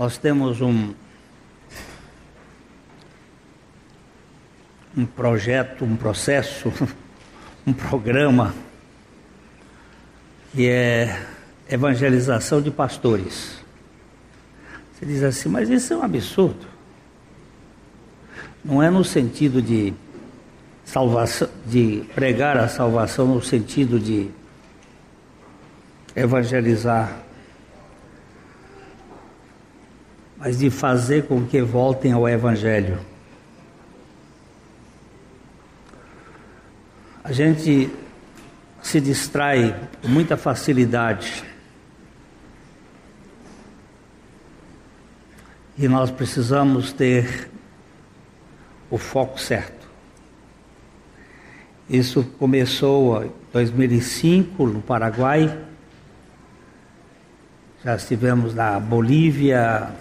Nós temos um projeto, um processo, um programa que é evangelização de pastores. Você diz assim, mas isso é um absurdo. Não é no sentido de salvação, de pregar a salvação, no sentido de evangelizar, mas de fazer com que voltem ao Evangelho. A gente se distrai com muita facilidade e nós precisamos ter o foco certo. Isso começou em 2005 no Paraguai, já estivemos na Bolívia,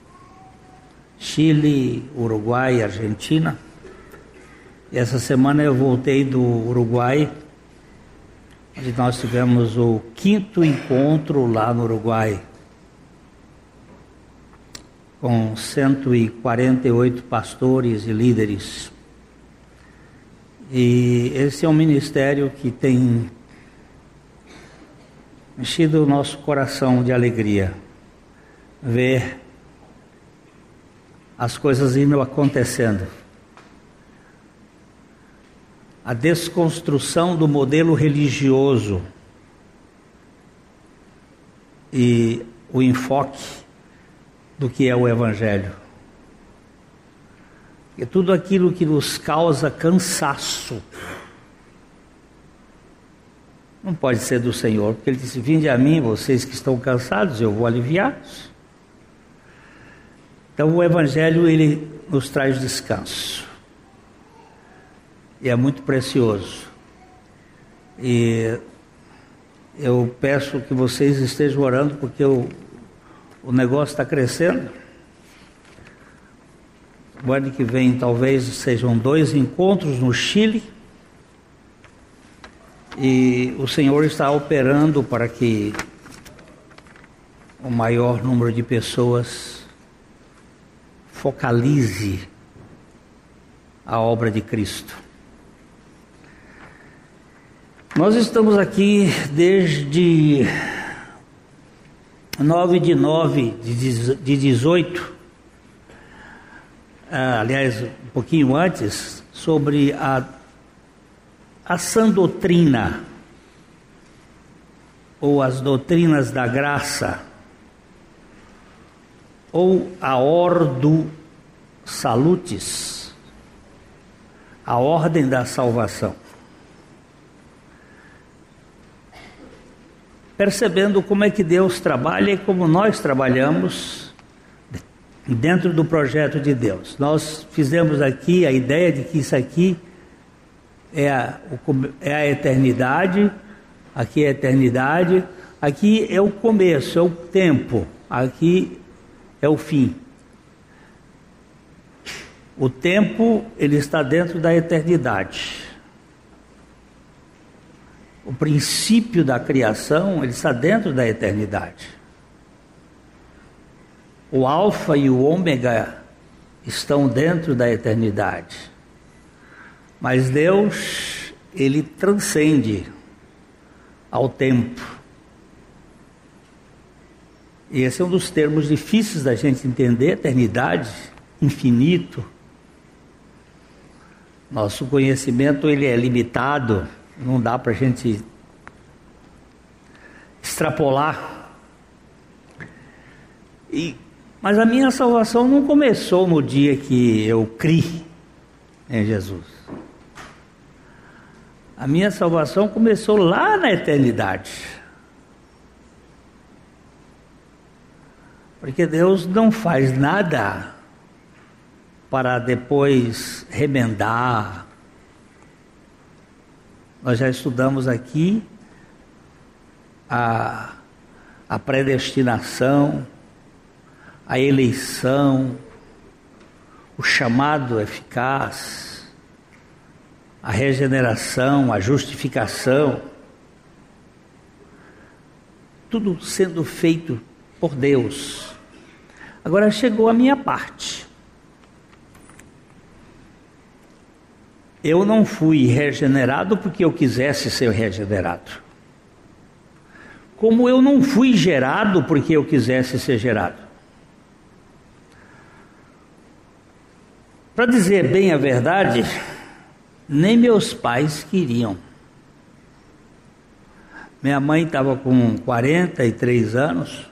Chile, Uruguai, Argentina. E essa semana eu voltei do Uruguai, onde nós tivemos o 5º encontro lá no Uruguai, com 148 pastores e líderes. E esse é um ministério que tem enchido o nosso coração de alegria, ver as coisas indo acontecendo. A desconstrução do modelo religioso e o enfoque do que é o Evangelho. E tudo aquilo que nos causa cansaço não pode ser do Senhor, porque Ele disse, vinde a mim, vocês que estão cansados, eu vou aliviá-los. Então o Evangelho, ele nos traz descanso. E é muito precioso. E eu peço que vocês estejam orando, porque o negócio está crescendo. O ano que vem talvez sejam 2 encontros no Chile. E o Senhor está operando para que o maior número de pessoas focalize a obra de Cristo. Nós estamos aqui desde 9 de 9 de 18, aliás, um pouquinho antes, sobre a sã doutrina, ou as doutrinas da graça, ou a ordo salutis, a ordem da salvação. Percebendo como é que Deus trabalha e como nós trabalhamos dentro do projeto de Deus. Nós fizemos aqui a ideia de que isso aqui é a eternidade, aqui é a eternidade, aqui é o começo, é o tempo, aqui é o fim. O tempo, ele está dentro da eternidade. O princípio da criação, ele está dentro da eternidade. O alfa e o ômega estão dentro da eternidade. Mas Deus, ele transcende ao tempo. E esse é um dos termos difíceis da gente entender, eternidade, infinito. Nosso conhecimento, ele é limitado. Não dá para a gente extrapolar. Mas a minha salvação não começou no dia que eu criei em Jesus. A minha salvação começou lá na eternidade. Porque Deus não faz nada para depois remendar. Nós já estudamos aqui a predestinação, a eleição, o chamado eficaz, a regeneração, a justificação, tudo sendo feito por Deus. Agora chegou a minha parte. Eu não fui regenerado porque eu quisesse ser regenerado. Como eu não fui gerado porque eu quisesse ser gerado. Para dizer bem a verdade, nem meus pais queriam. Minha mãe estava com 43 anos.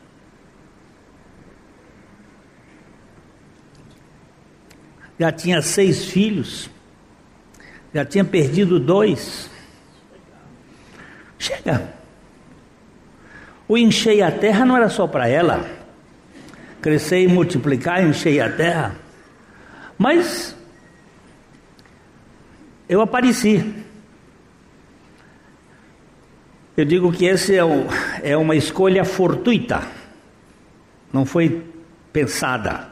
Já tinha 6 filhos. Já tinha perdido 2. Chega. O encher a terra não era só para ela. Crescer e multiplicar, encher a terra. Mas eu apareci. Eu digo que esse é uma escolha fortuita. Não foi pensada.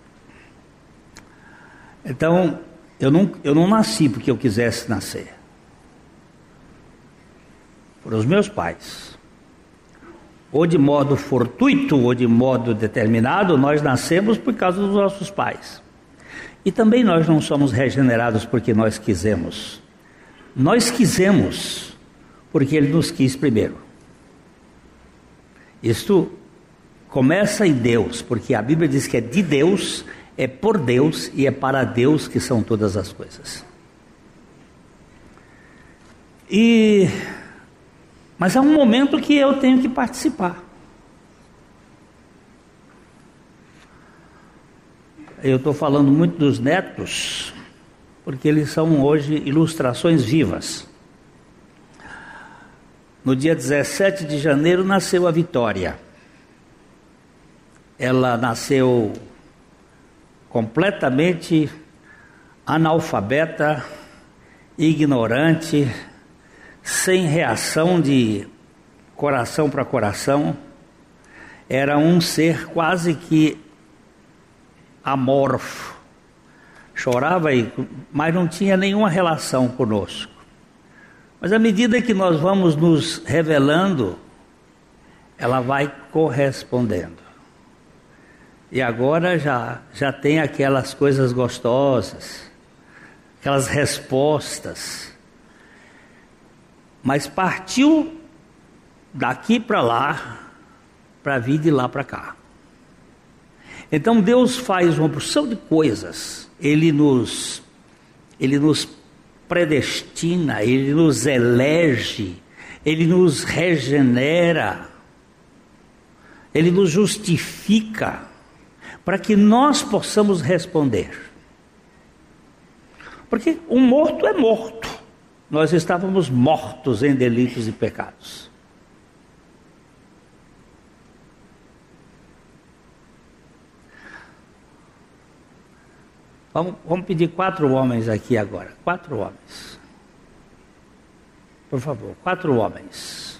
Então, eu não nasci porque eu quisesse nascer. Foram os meus pais. Ou de modo fortuito, ou de modo determinado, nós nascemos por causa dos nossos pais. E também nós não somos regenerados porque nós quisemos. Nós quisemos porque Ele nos quis primeiro. Isto começa em Deus, porque a Bíblia diz que é de Deus, é por Deus e é para Deus que são todas as coisas. Mas há um momento que eu tenho que participar. Eu estou falando muito dos netos, porque eles são hoje ilustrações vivas. No dia 17 de janeiro nasceu a Vitória. Ela nasceu completamente analfabeta, ignorante, sem reação de coração para coração. Era um ser quase que amorfo. Chorava, mas não tinha nenhuma relação conosco. Mas à medida que nós vamos nos revelando, ela vai correspondendo. E agora já tem aquelas coisas gostosas, aquelas respostas. Mas partiu daqui para lá, para vir de lá para cá. Então Deus faz uma porção de coisas. Ele nos predestina, Ele nos elege, Ele nos regenera, Ele nos justifica, para que nós possamos responder. Porque o morto é morto. Nós estávamos mortos em delitos e pecados. Vamos pedir 4 homens aqui agora. 4 homens. Por favor, 4 homens.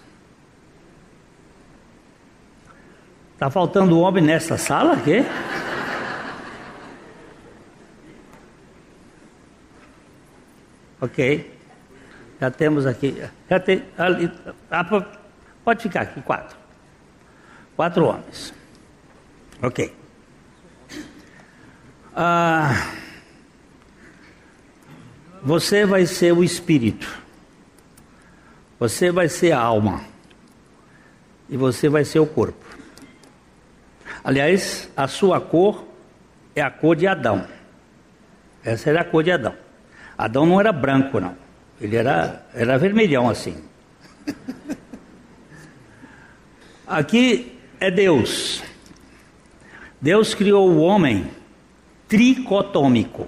Está faltando homem nessa sala aqui? Ok. Já temos aqui. Já tem ali. Pode ficar aqui, 4. 4 homens. Ok. Você vai ser o espírito. Você vai ser a alma. E você vai ser o corpo. Aliás, a sua cor é a cor de Adão. Essa era a cor de Adão. Adão não era branco, não. Ele era vermelhão assim. Aqui é Deus. Deus criou o homem tricotômico.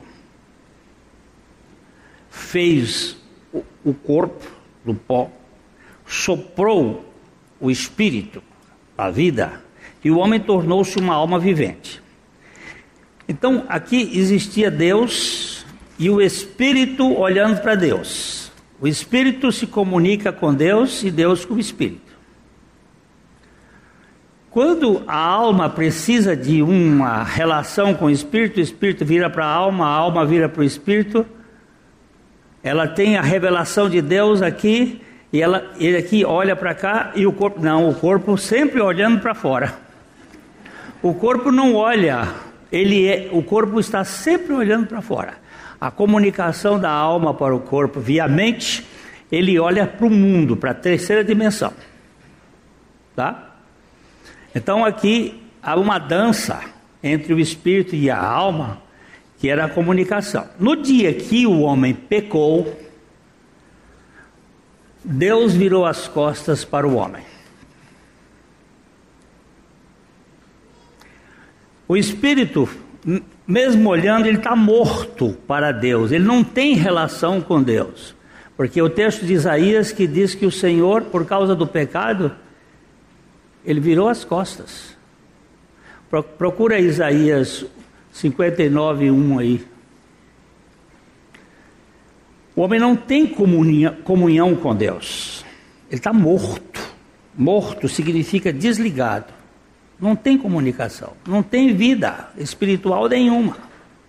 Fez o corpo do pó, soprou o espírito, a vida, e o homem tornou-se uma alma vivente. Então aqui existia Deus e o espírito olhando para Deus. O espírito se comunica com Deus e Deus com o espírito. Quando a alma precisa de uma relação com o espírito vira para a alma vira para o espírito. Ela tem a revelação de Deus aqui, e ele aqui olha para cá, e o corpo não, o corpo sempre olhando para fora. O corpo não olha, o corpo está sempre olhando para fora. A comunicação da alma para o corpo via mente, ele olha para o mundo, para a terceira dimensão. Tá? Então aqui há uma dança entre o espírito e a alma, que era a comunicação. No dia que o homem pecou, Deus virou as costas para o homem. O espírito, mesmo olhando, ele está morto para Deus, ele não tem relação com Deus, porque o texto de Isaías que diz que o Senhor, por causa do pecado, ele virou as costas. Procura Isaías 59:1 aí. O homem não tem comunhão com Deus, ele está morto. Morto significa desligado. Não tem comunicação, não tem vida espiritual nenhuma.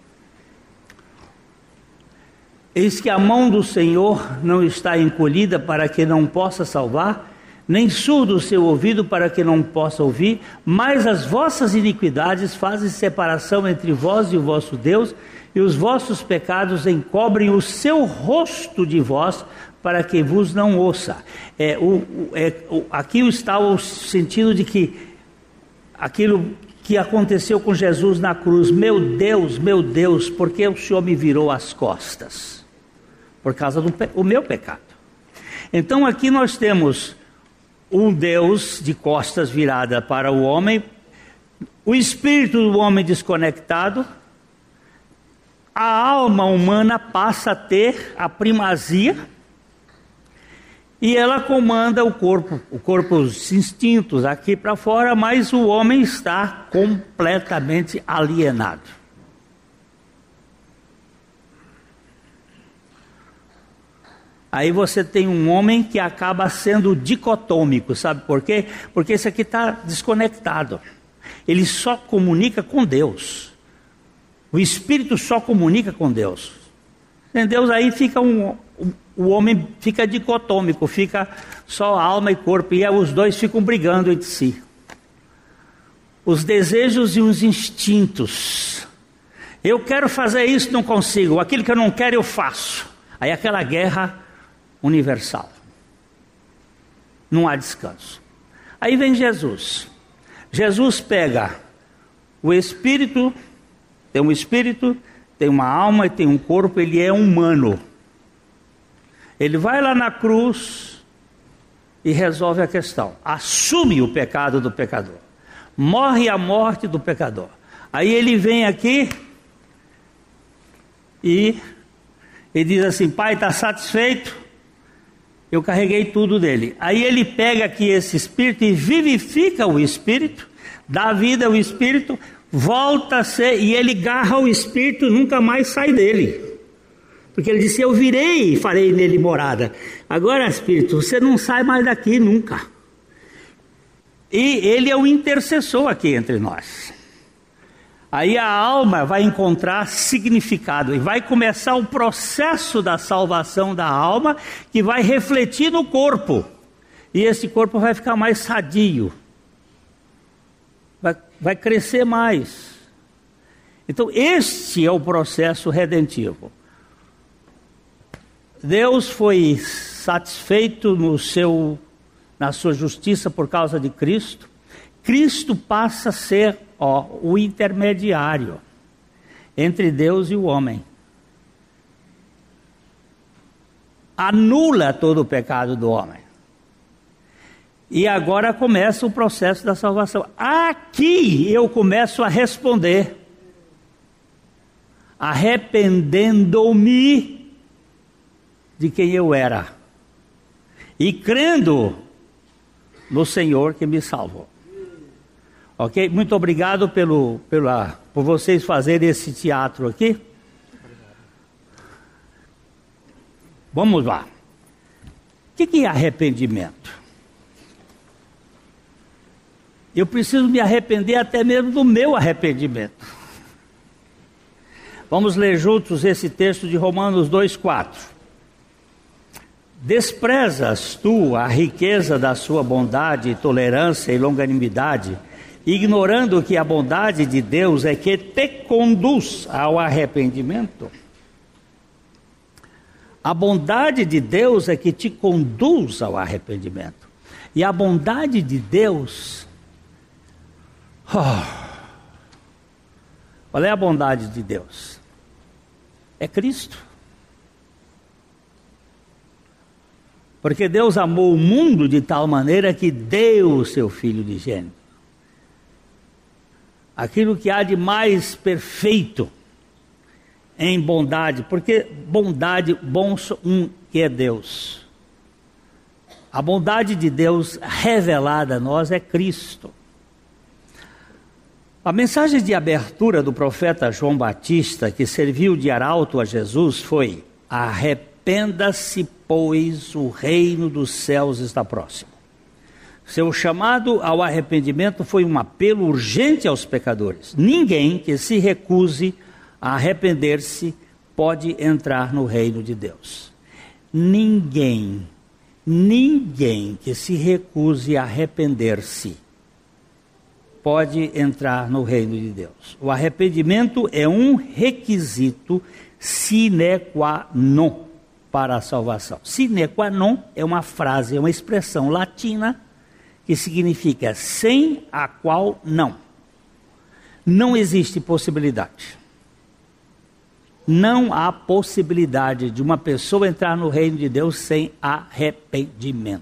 Eis que a mão do Senhor não está encolhida para que não possa salvar, nem surdo o seu ouvido para que não possa ouvir, mas as vossas iniquidades fazem separação entre vós e o vosso Deus, e os vossos pecados encobrem o seu rosto de vós, para que vos não ouça. Aqui está o sentido de que aquilo que aconteceu com Jesus na cruz, meu Deus, por que o Senhor me virou as costas? Por causa do meu pecado. Então aqui nós temos um Deus de costas virada para o homem, o espírito do homem desconectado, a alma humana passa a ter a primazia, e ela comanda o corpo, os instintos aqui para fora, mas o homem está completamente alienado. Aí você tem um homem que acaba sendo dicotômico, sabe por quê? Porque esse aqui está desconectado. Ele só comunica com Deus. O espírito só comunica com Deus. Sem Deus aí fica o homem fica dicotômico, fica só alma e corpo, e os dois ficam brigando entre si. Os desejos e os instintos. Eu quero fazer isso, não consigo. Aquilo que eu não quero, eu faço. Aí aquela guerra universal. Não há descanso. Aí vem Jesus. Jesus pega o espírito, tem um espírito, tem uma alma e tem um corpo, ele é humano. Ele vai lá na cruz e resolve a questão. Assume o pecado do pecador. Morre a morte do pecador. Aí ele vem aqui e diz assim: Pai, está satisfeito? Eu carreguei tudo dele. Aí ele pega aqui esse espírito e vivifica o espírito, dá vida ao espírito, volta a ser, e ele garra o espírito e nunca mais sai dele. Porque ele disse: eu virei e farei nele morada. Agora, espírito, você não sai mais daqui nunca. E ele é o intercessor aqui entre nós. Aí a alma vai encontrar significado e vai começar o processo da salvação da alma, que vai refletir no corpo. E esse corpo vai ficar mais sadio. Vai crescer mais. Então este é o processo redentivo. Deus foi satisfeito na sua justiça por causa de Cristo. Cristo passa a ser o intermediário entre Deus e o homem. Anula todo o pecado do homem. E agora começa o processo da salvação. Aqui eu começo a responder. Arrependendo-me de quem eu era e crendo no Senhor que me salvou. Ok? Muito obrigado por vocês fazerem esse teatro aqui. Vamos lá. O que é arrependimento? Eu preciso me arrepender até mesmo do meu arrependimento. Vamos ler juntos esse texto de Romanos 2:4. Desprezas tu a riqueza da sua bondade, tolerância e longanimidade, ignorando que a bondade de Deus é que te conduz ao arrependimento. A bondade de Deus é que te conduz ao arrependimento. E a bondade de Deus... Qual é a bondade de Deus? É Cristo. Porque Deus amou o mundo de tal maneira que deu o seu Filho unigênito. Aquilo que há de mais perfeito em bondade, porque bondade, bom um que é Deus. A bondade de Deus revelada a nós é Cristo. A mensagem de abertura do profeta João Batista, que serviu de arauto a Jesus, foi: arrependa-se, pois o reino dos céus está próximo. Seu chamado ao arrependimento foi um apelo urgente aos pecadores. Ninguém que se recuse a arrepender-se pode entrar no reino de Deus. Ninguém que se recuse a arrepender-se pode entrar no reino de Deus. O arrependimento é um requisito sine qua non para a salvação. Sine qua non é uma frase, é uma expressão latina que significa sem a qual não. Não existe possibilidade. Não há possibilidade de uma pessoa entrar no reino de Deus sem arrependimento.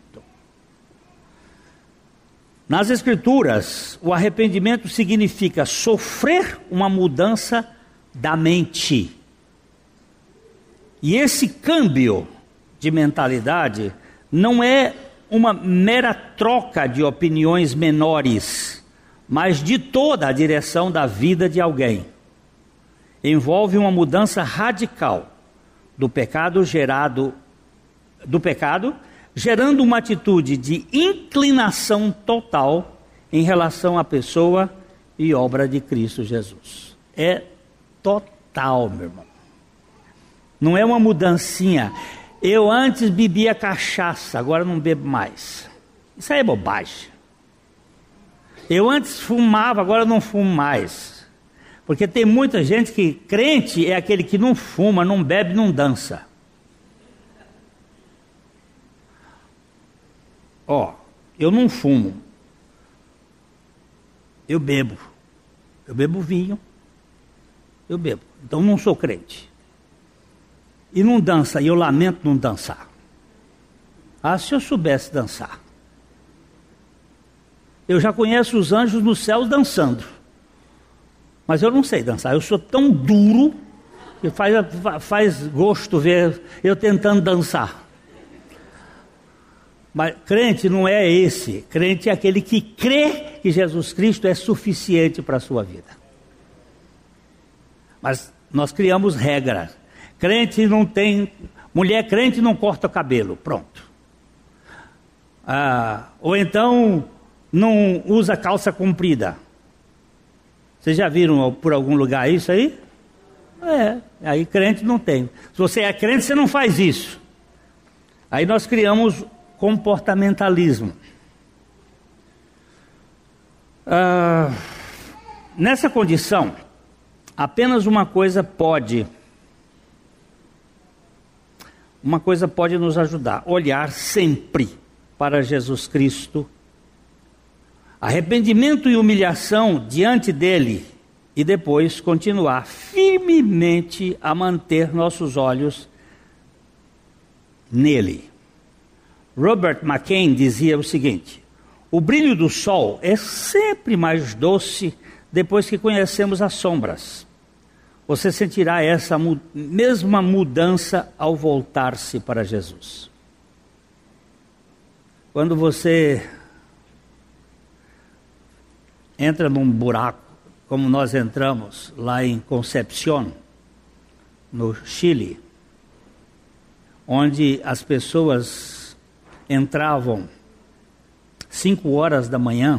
Nas Escrituras, o arrependimento significa sofrer uma mudança da mente. E esse câmbio de mentalidade não é uma mera troca de opiniões menores, mas de toda a direção da vida de alguém. Envolve uma mudança radical do pecado gerando uma atitude de inclinação total em relação à pessoa e obra de Cristo Jesus. É total, meu irmão. Não é uma mudancinha. Eu antes bebia cachaça, agora não bebo mais. Isso aí é bobagem. Eu antes fumava, agora não fumo mais. Porque tem muita gente que crente é aquele que não fuma, não bebe, não dança. Eu não fumo. Eu bebo. Eu bebo vinho. Eu bebo. Então não sou crente. E não dança, e eu lamento não dançar. Se eu soubesse dançar. Eu já conheço os anjos nos céus dançando. Mas eu não sei dançar. Eu sou tão duro que faz gosto ver eu tentando dançar. Mas crente não é esse. Crente é aquele que crê que Jesus Cristo é suficiente para a sua vida. Mas nós criamos regras. Crente não tem... Mulher crente não corta o cabelo. Pronto. Ou então não usa calça comprida. Vocês já viram por algum lugar isso aí? Aí crente não tem. Se você é crente, você não faz isso. Aí nós criamos comportamentalismo. Nessa condição, apenas uma coisa pode nos ajudar: olhar sempre para Jesus Cristo. Arrependimento e humilhação diante dele e depois continuar firmemente a manter nossos olhos nele. Robert McCain dizia o seguinte: o brilho do sol é sempre mais doce depois que conhecemos as sombras. Você sentirá essa mesma mudança ao voltar-se para Jesus. Quando você entra num buraco, como nós entramos lá em Concepción, no Chile, onde as pessoas entravam 5 horas da manhã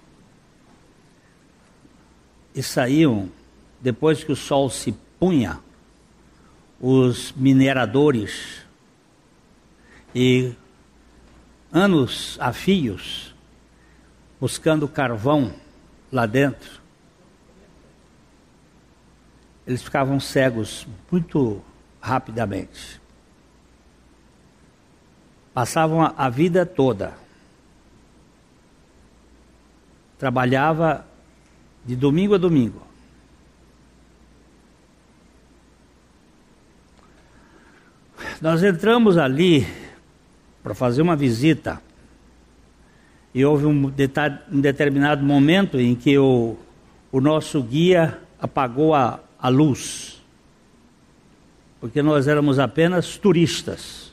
e saíam depois que o sol se punha, os mineradores, e anos a fios buscando carvão lá dentro, eles ficavam cegos muito rapidamente. Passavam a vida toda. Trabalhava de domingo a domingo. Nós entramos ali para fazer uma visita e houve um determinado momento em que o nosso guia apagou a luz, porque nós éramos apenas turistas.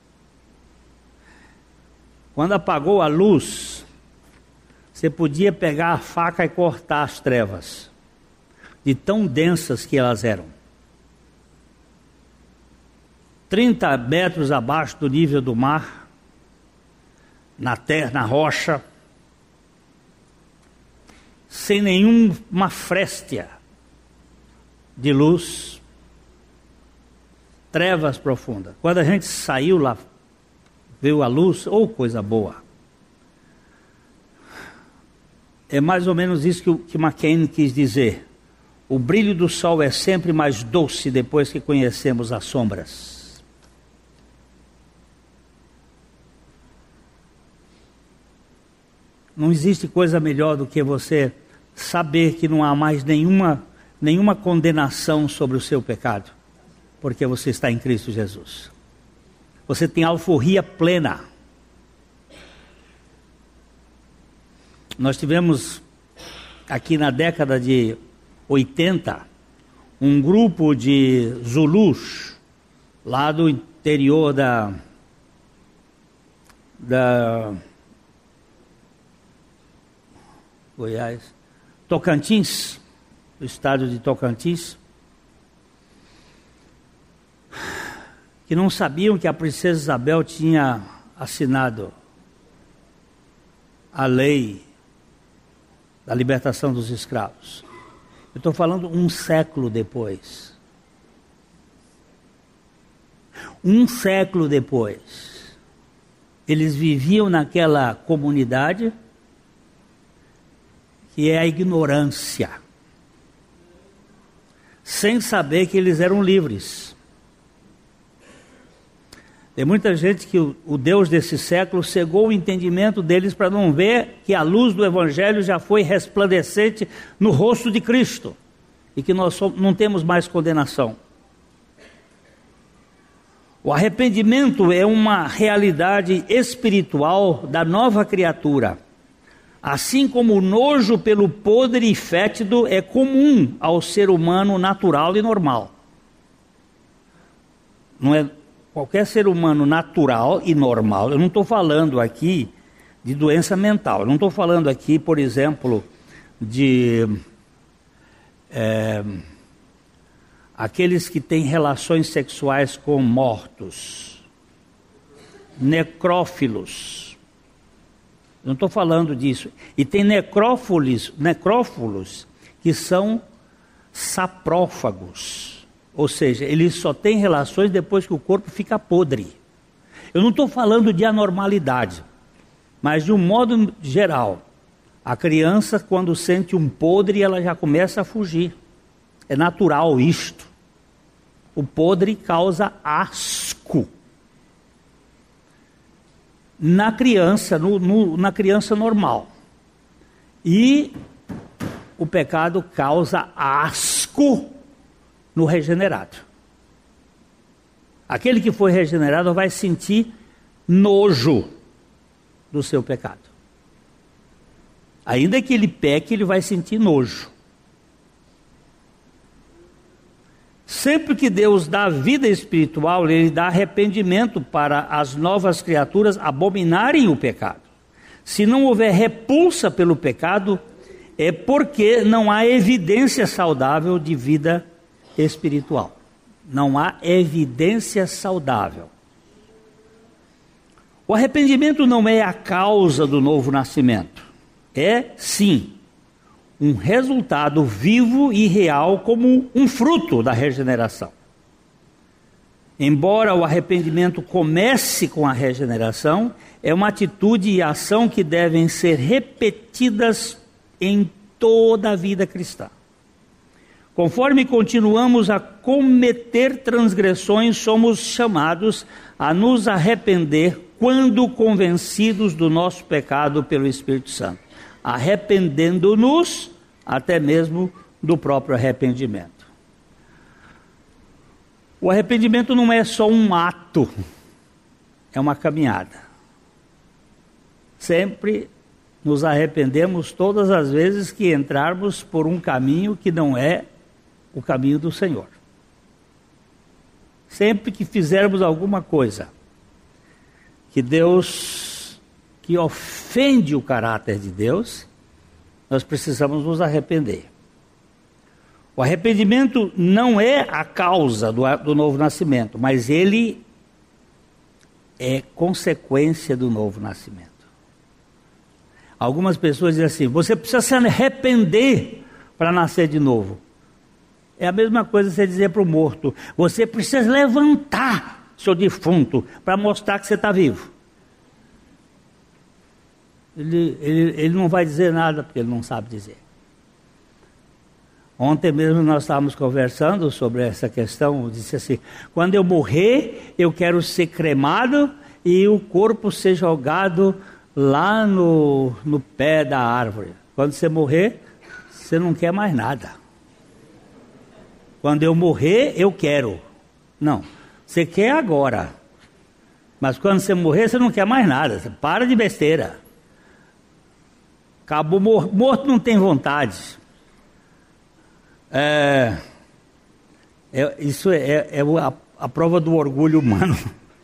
Quando apagou a luz, você podia pegar a faca e cortar as trevas, de tão densas que elas eram. 30 metros abaixo do nível do mar, na terra, na rocha, sem nenhuma fréstea de luz, trevas profundas. Quando a gente saiu lá, viu a luz, coisa boa. É mais ou menos isso que McCain quis dizer. O brilho do sol é sempre mais doce depois que conhecemos as sombras. Não existe coisa melhor do que você saber que não há mais nenhuma condenação sobre o seu pecado, porque você está em Cristo Jesus. Você tem alforria plena. Nós tivemos aqui na década de 80 um grupo de Zulus lá do interior da Goiás, Tocantins, do estado de Tocantins, que não sabiam que a princesa Isabel tinha assinado a lei da libertação dos escravos. Eu estou falando um século depois. Um século depois. Eles viviam naquela comunidade que é a ignorância, sem saber que eles eram livres. Tem muita gente que o Deus desse século cegou o entendimento deles para não ver que a luz do Evangelho já foi resplandecente no rosto de Cristo e que nós não temos mais condenação. O arrependimento é uma realidade espiritual da nova criatura. Assim como o nojo pelo podre e fétido é comum ao ser humano natural e normal. Não é qualquer ser humano natural e normal. Eu não estou falando aqui de doença mental. Eu não estou falando aqui, por exemplo, de aqueles que têm relações sexuais com mortos, necrófilos. Não estou falando disso. E tem necrófilos que são saprófagos. Ou seja, eles só têm relações depois que o corpo fica podre. Eu não estou falando de anormalidade, mas de um modo geral. A criança, quando sente um podre, ela já começa a fugir. É natural isto. O podre causa asco. Na criança, na criança normal. E o pecado causa asco no regenerado. Aquele que foi regenerado vai sentir nojo do seu pecado. Ainda que ele peque, ele vai sentir nojo. Sempre que Deus dá vida espiritual, Ele dá arrependimento para as novas criaturas abominarem o pecado. Se não houver repulsa pelo pecado, é porque não há evidência saudável de vida espiritual. Não há evidência saudável. O arrependimento não é a causa do novo nascimento. É, sim, um resultado vivo e real como um fruto da regeneração. Embora o arrependimento comece com a regeneração, é uma atitude e ação que devem ser repetidas em toda a vida cristã. Conforme continuamos a cometer transgressões, somos chamados a nos arrepender quando convencidos do nosso pecado pelo Espírito Santo, arrependendo-nos até mesmo do próprio arrependimento. O arrependimento não é só um ato, é uma caminhada. Sempre nos arrependemos todas as vezes que entrarmos por um caminho que não é o caminho do Senhor. Sempre que fizermos alguma coisa que ofende o caráter de Deus, nós precisamos nos arrepender. O arrependimento não é a causa do novo nascimento, mas ele é consequência do novo nascimento. Algumas pessoas dizem assim: você precisa se arrepender para nascer de novo. É a mesma coisa você dizer para o morto: você precisa levantar, seu defunto, para mostrar que você está vivo. Ele não vai dizer nada, porque ele não sabe dizer. Ontem mesmo nós estávamos conversando sobre essa questão. Eu disse assim: quando eu morrer, eu quero ser cremado e o corpo ser jogado lá no pé da árvore. Quando você morrer, você não quer mais nada. Quando eu morrer, eu quero. Não, você quer agora. Mas quando você morrer, você não quer mais nada. Você para de besteira. Acabou, morto não tem vontade. Isso é a prova do orgulho humano.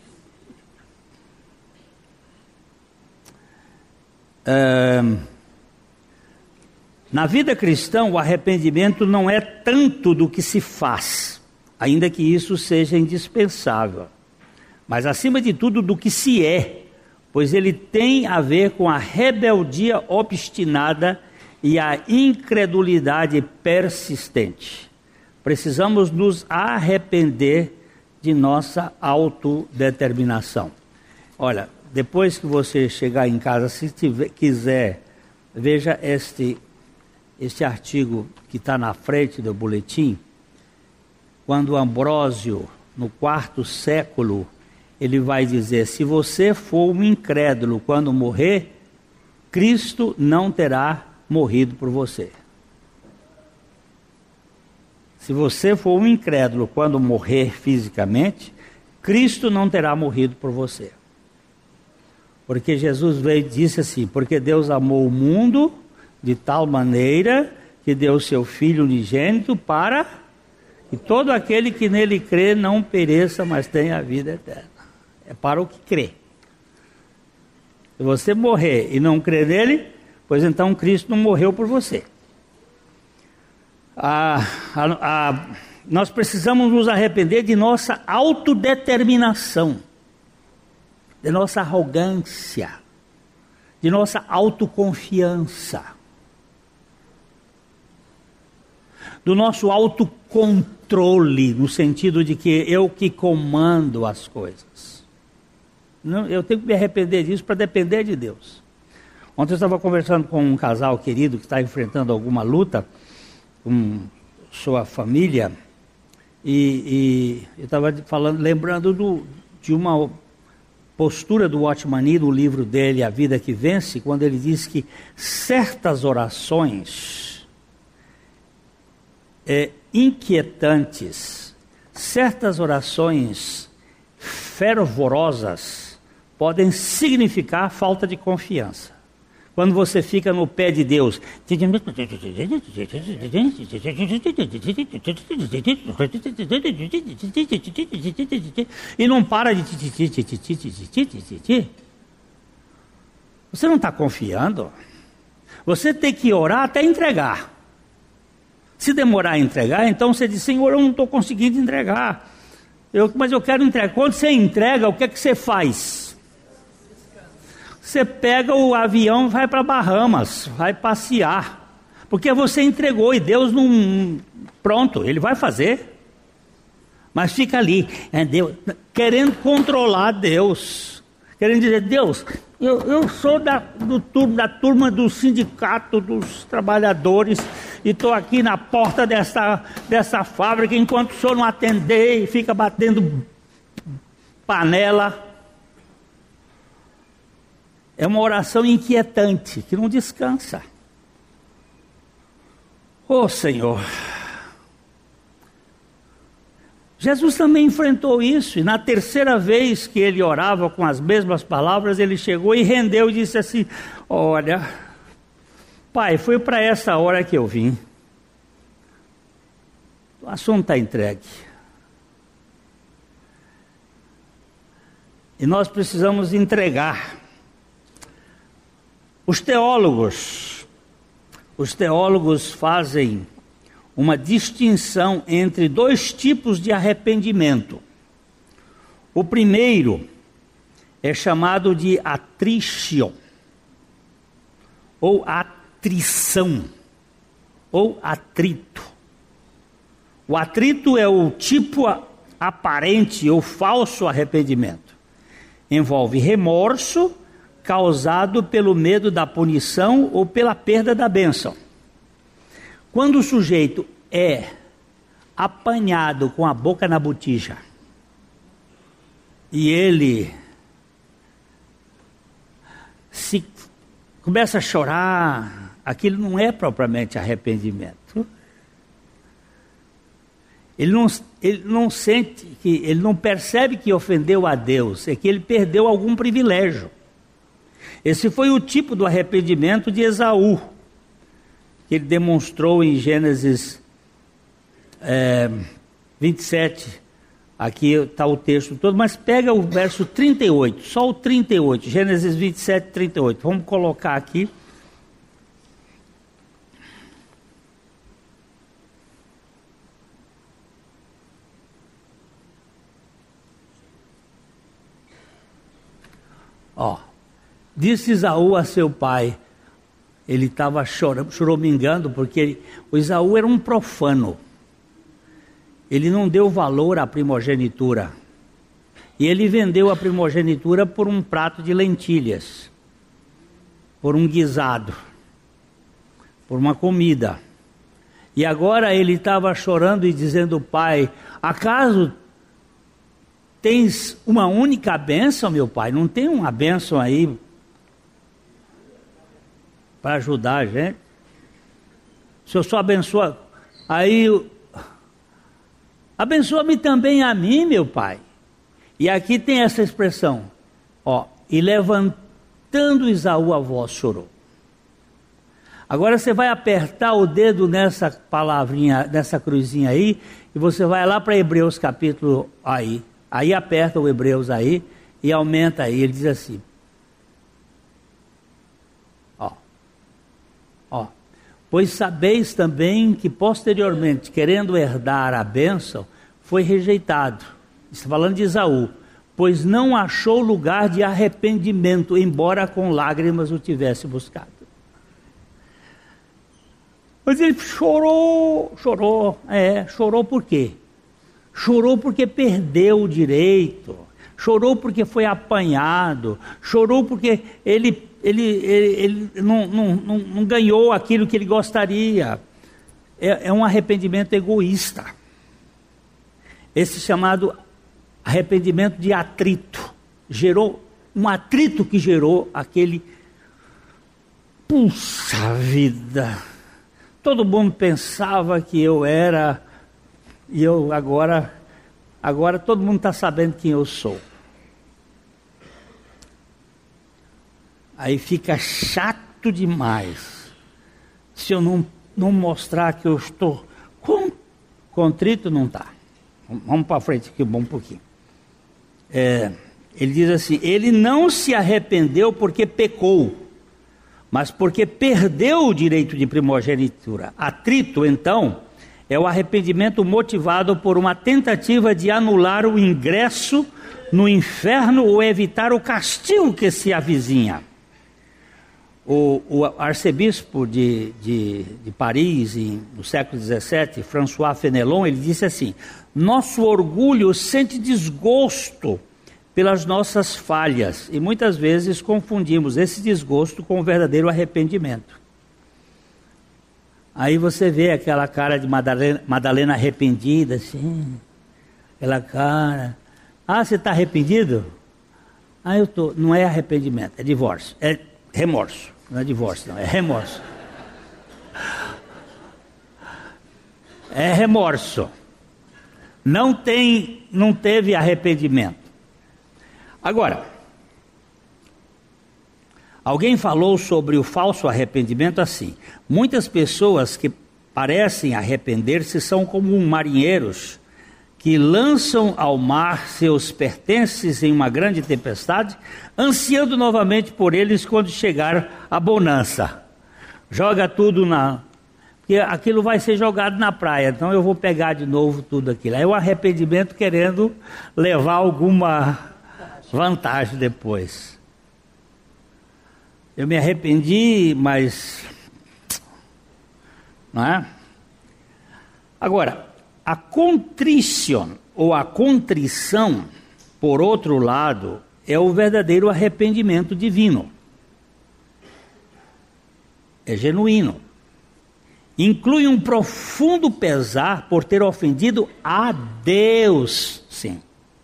Na vida cristã, o arrependimento não é tanto do que se faz, ainda que isso seja indispensável, mas acima de tudo do que se é, pois ele tem a ver com a rebeldia obstinada e a incredulidade persistente. Precisamos nos arrepender de nossa autodeterminação. Olha, depois que você chegar em casa, se quiser, veja este artigo que está na frente do boletim. Quando Ambrósio, no 4º século, ele vai dizer: se você for um incrédulo quando morrer, Cristo não terá morrido por você. Se você for um incrédulo quando morrer fisicamente, Cristo não terá morrido por você. Porque Jesus veio e disse assim: porque Deus amou o mundo de tal maneira que deu o seu Filho unigênito para que todo aquele que nele crê não pereça, mas tenha a vida eterna. É para o que crê. Se você morrer e não crer nele, pois então Cristo não morreu por você. Nós precisamos nos arrepender de nossa autodeterminação, de nossa arrogância, de nossa autoconfiança, do nosso autocontrole, no sentido de que eu que comando as coisas. Não, eu tenho que me arrepender disso para depender de Deus. Ontem eu estava conversando com um casal querido que está enfrentando alguma luta com sua família, e eu estava lembrando de uma postura do Watchman Nee, no livro dele, A Vida que Vence, quando ele diz que certas orações inquietantes, certas orações fervorosas, podem significar falta de confiança. Quando você fica no pé de Deus e não para de você não está confiando. Você tem que orar até entregar. Se demorar a entregar, então você diz: Senhor, eu não estou conseguindo entregar. Mas eu quero entregar. Quando você entrega, o que é que você faz? Você pega o avião e vai para Bahamas, vai passear, porque você entregou e Deus não... Pronto, Ele vai fazer, mas fica ali, Deus, querendo controlar Deus, querendo dizer, Deus, eu sou da turma do sindicato dos trabalhadores e estou aqui na porta dessa fábrica, enquanto o senhor não atender e fica batendo panela. É uma oração inquietante, que não descansa. Ô Senhor, Jesus também enfrentou isso, e na terceira vez que ele orava com as mesmas palavras, ele chegou e rendeu e disse assim: olha, Pai, foi para essa hora que eu vim, o assunto está entregue. E nós precisamos entregar. Os teólogos fazem uma distinção entre dois tipos de arrependimento. O primeiro é chamado de atritio, ou atrição, ou atrito. O atrito é o tipo aparente ou falso arrependimento. Envolve remorso causado pelo medo da punição ou pela perda da bênção. Quando o sujeito é apanhado com a boca na botija e ele começa a chorar, aquilo não é propriamente arrependimento. Ele não sente, ele não percebe que ofendeu a Deus, é que ele perdeu algum privilégio. Esse foi o tipo do arrependimento de Esaú, que ele demonstrou em Gênesis 27, aqui está o texto todo, mas pega o verso 38, só o 38, Gênesis 27, 38, vamos colocar aqui. Disse Esaú a seu pai, ele estava choramingando, porque o Esaú era um profano. Ele não deu valor à primogenitura. E ele vendeu a primogenitura por um prato de lentilhas, por um guisado, por uma comida. E agora ele estava chorando e dizendo: pai, acaso tens uma única bênção, meu pai? Não tem uma bênção aí para ajudar a gente? O Senhor só abençoa. Aí, abençoa-me também a mim, meu pai. E aqui tem essa expressão, e levantando Esaú a voz chorou. Agora você vai apertar o dedo nessa palavrinha, nessa cruzinha aí, e você vai lá para Hebreus capítulo aí. Aí aperta o Hebreus aí e aumenta aí. Ele diz assim: pois sabeis também que posteriormente, querendo herdar a bênção, foi rejeitado. Está falando de Esaú. Pois não achou lugar de arrependimento, embora com lágrimas o tivesse buscado. Mas ele chorou por quê? Chorou porque perdeu o direito, chorou porque foi apanhado, chorou porque ele não ganhou aquilo que ele gostaria. É um arrependimento egoísta. Esse chamado arrependimento de atrito. Gerou um atrito que gerou aquele... Puxa vida! Todo mundo pensava que eu era... E eu agora todo mundo está sabendo quem eu sou. Aí fica chato demais. Se eu não mostrar que eu estou contrito, não está. Vamos para frente aqui um pouquinho. Ele diz assim: ele não se arrependeu porque pecou, mas porque perdeu o direito de primogenitura. Atrito, então, é o arrependimento motivado por uma tentativa de anular o ingresso no inferno ou evitar o castigo que se avizinha. O arcebispo de Paris, no século XVII, François Fenelon, ele disse assim: nosso orgulho sente desgosto pelas nossas falhas e muitas vezes confundimos esse desgosto com o verdadeiro arrependimento. Aí você vê aquela cara de Madalena arrependida, assim, aquela cara. Ah, você está arrependido? Ah, eu estou. Não é arrependimento, é divórcio, é remorso. Não é divórcio, não, é remorso. É remorso. Não teve arrependimento. Agora, alguém falou sobre o falso arrependimento assim: muitas pessoas que parecem arrepender-se são como marinheiros que lançam ao mar seus pertences em uma grande tempestade, ansiando novamente por eles quando chegar a bonança. Joga tudo porque aquilo vai ser jogado na praia, então eu vou pegar de novo tudo aquilo. É o arrependimento querendo levar alguma vantagem depois. Eu me arrependi, mas não é? Agora, a contrição ou a contrição, por outro lado, é o verdadeiro arrependimento divino. É genuíno. Inclui um profundo pesar por ter ofendido a Deus, sim.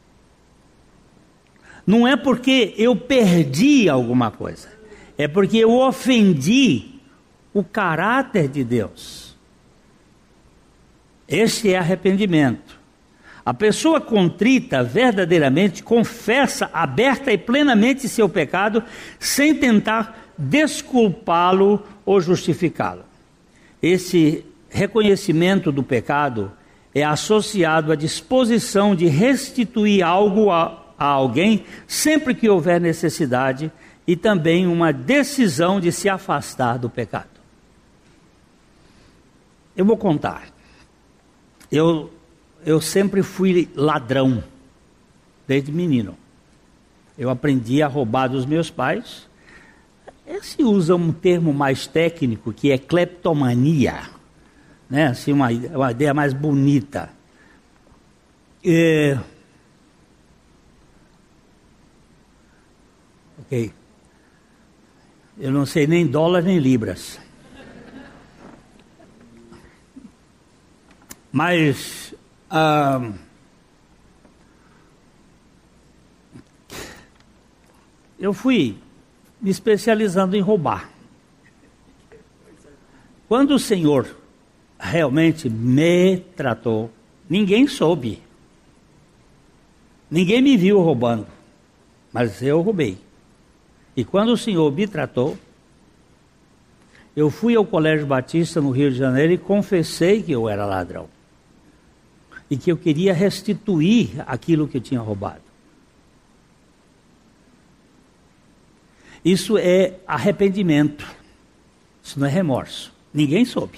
Não é porque eu perdi alguma coisa, é porque eu ofendi o caráter de Deus. Este é arrependimento. A pessoa contrita verdadeiramente confessa aberta e plenamente seu pecado, sem tentar desculpá-lo ou justificá-lo. Esse reconhecimento do pecado é associado à disposição de restituir algo a alguém sempre que houver necessidade, e também uma decisão de se afastar do pecado. Eu vou contar. Eu sempre fui ladrão, desde menino. Eu aprendi a roubar dos meus pais. Se usa um termo mais técnico, que é cleptomania, né? Assim, uma ideia mais bonita. Ok. Eu não sei nem dólar nem libras. Mas eu fui me especializando em roubar. Quando o Senhor realmente me tratou, ninguém soube. Ninguém me viu roubando, mas eu roubei. E quando o Senhor me tratou, eu fui ao Colégio Batista no Rio de Janeiro e confessei que eu era ladrão. E que eu queria restituir aquilo que eu tinha roubado. Isso é arrependimento. Isso não é remorso. Ninguém soube.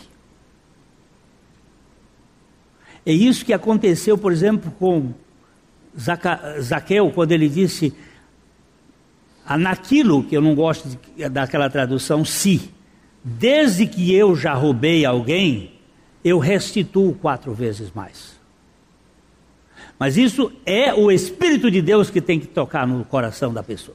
É isso que aconteceu, por exemplo, com Zaqueu, quando ele disse, naquilo que eu não gosto daquela tradução, se, desde que eu já roubei alguém, eu restituo 4 vezes mais. Mas isso é o Espírito de Deus que tem que tocar no coração da pessoa.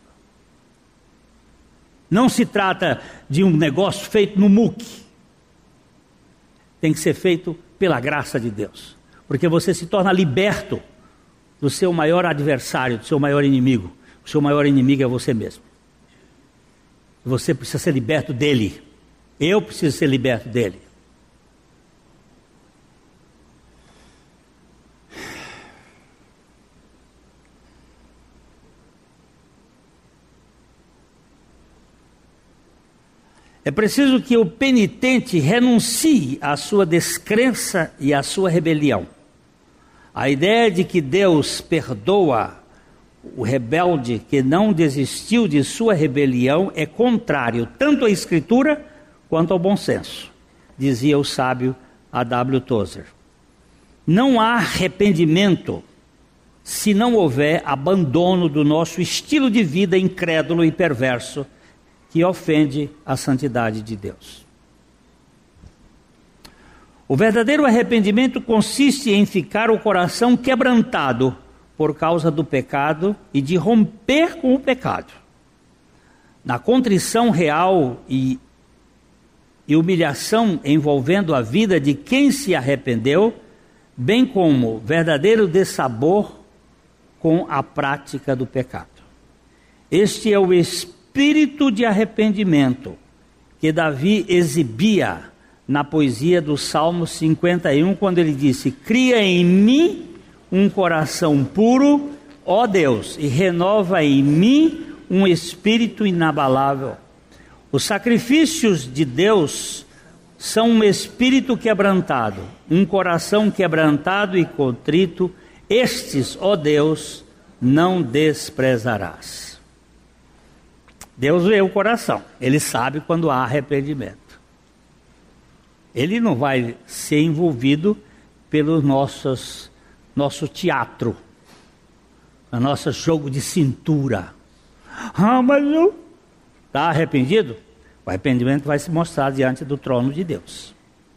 Não se trata de um negócio feito no muque. Tem que ser feito pela graça de Deus. Porque você se torna liberto do seu maior adversário, do seu maior inimigo. O seu maior inimigo é você mesmo. Você precisa ser liberto dele. Eu preciso ser liberto dele. É preciso que o penitente renuncie à sua descrença e à sua rebelião. A ideia de que Deus perdoa o rebelde que não desistiu de sua rebelião é contrário tanto à Escritura quanto ao bom senso, dizia o sábio A.W. Tozer. Não há arrependimento se não houver abandono do nosso estilo de vida incrédulo e perverso, que ofende a santidade de Deus. O verdadeiro arrependimento consiste em ficar o coração quebrantado por causa do pecado e de romper com o pecado. Na contrição real e humilhação envolvendo a vida de quem se arrependeu, bem como verdadeiro dessabor com a prática do pecado. Este é o espírito de arrependimento que Davi exibia na poesia do Salmo 51, quando ele disse: cria em mim um coração puro, ó Deus, e renova em mim um espírito inabalável. Os sacrifícios de Deus são um espírito quebrantado, um coração quebrantado e contrito. Estes, ó Deus, não desprezarás. Deus vê o coração, Ele sabe quando há arrependimento. Ele não vai ser envolvido pelo nosso teatro, o nosso jogo de cintura. Mas eu... Está arrependido? O arrependimento vai se mostrar diante do trono de Deus.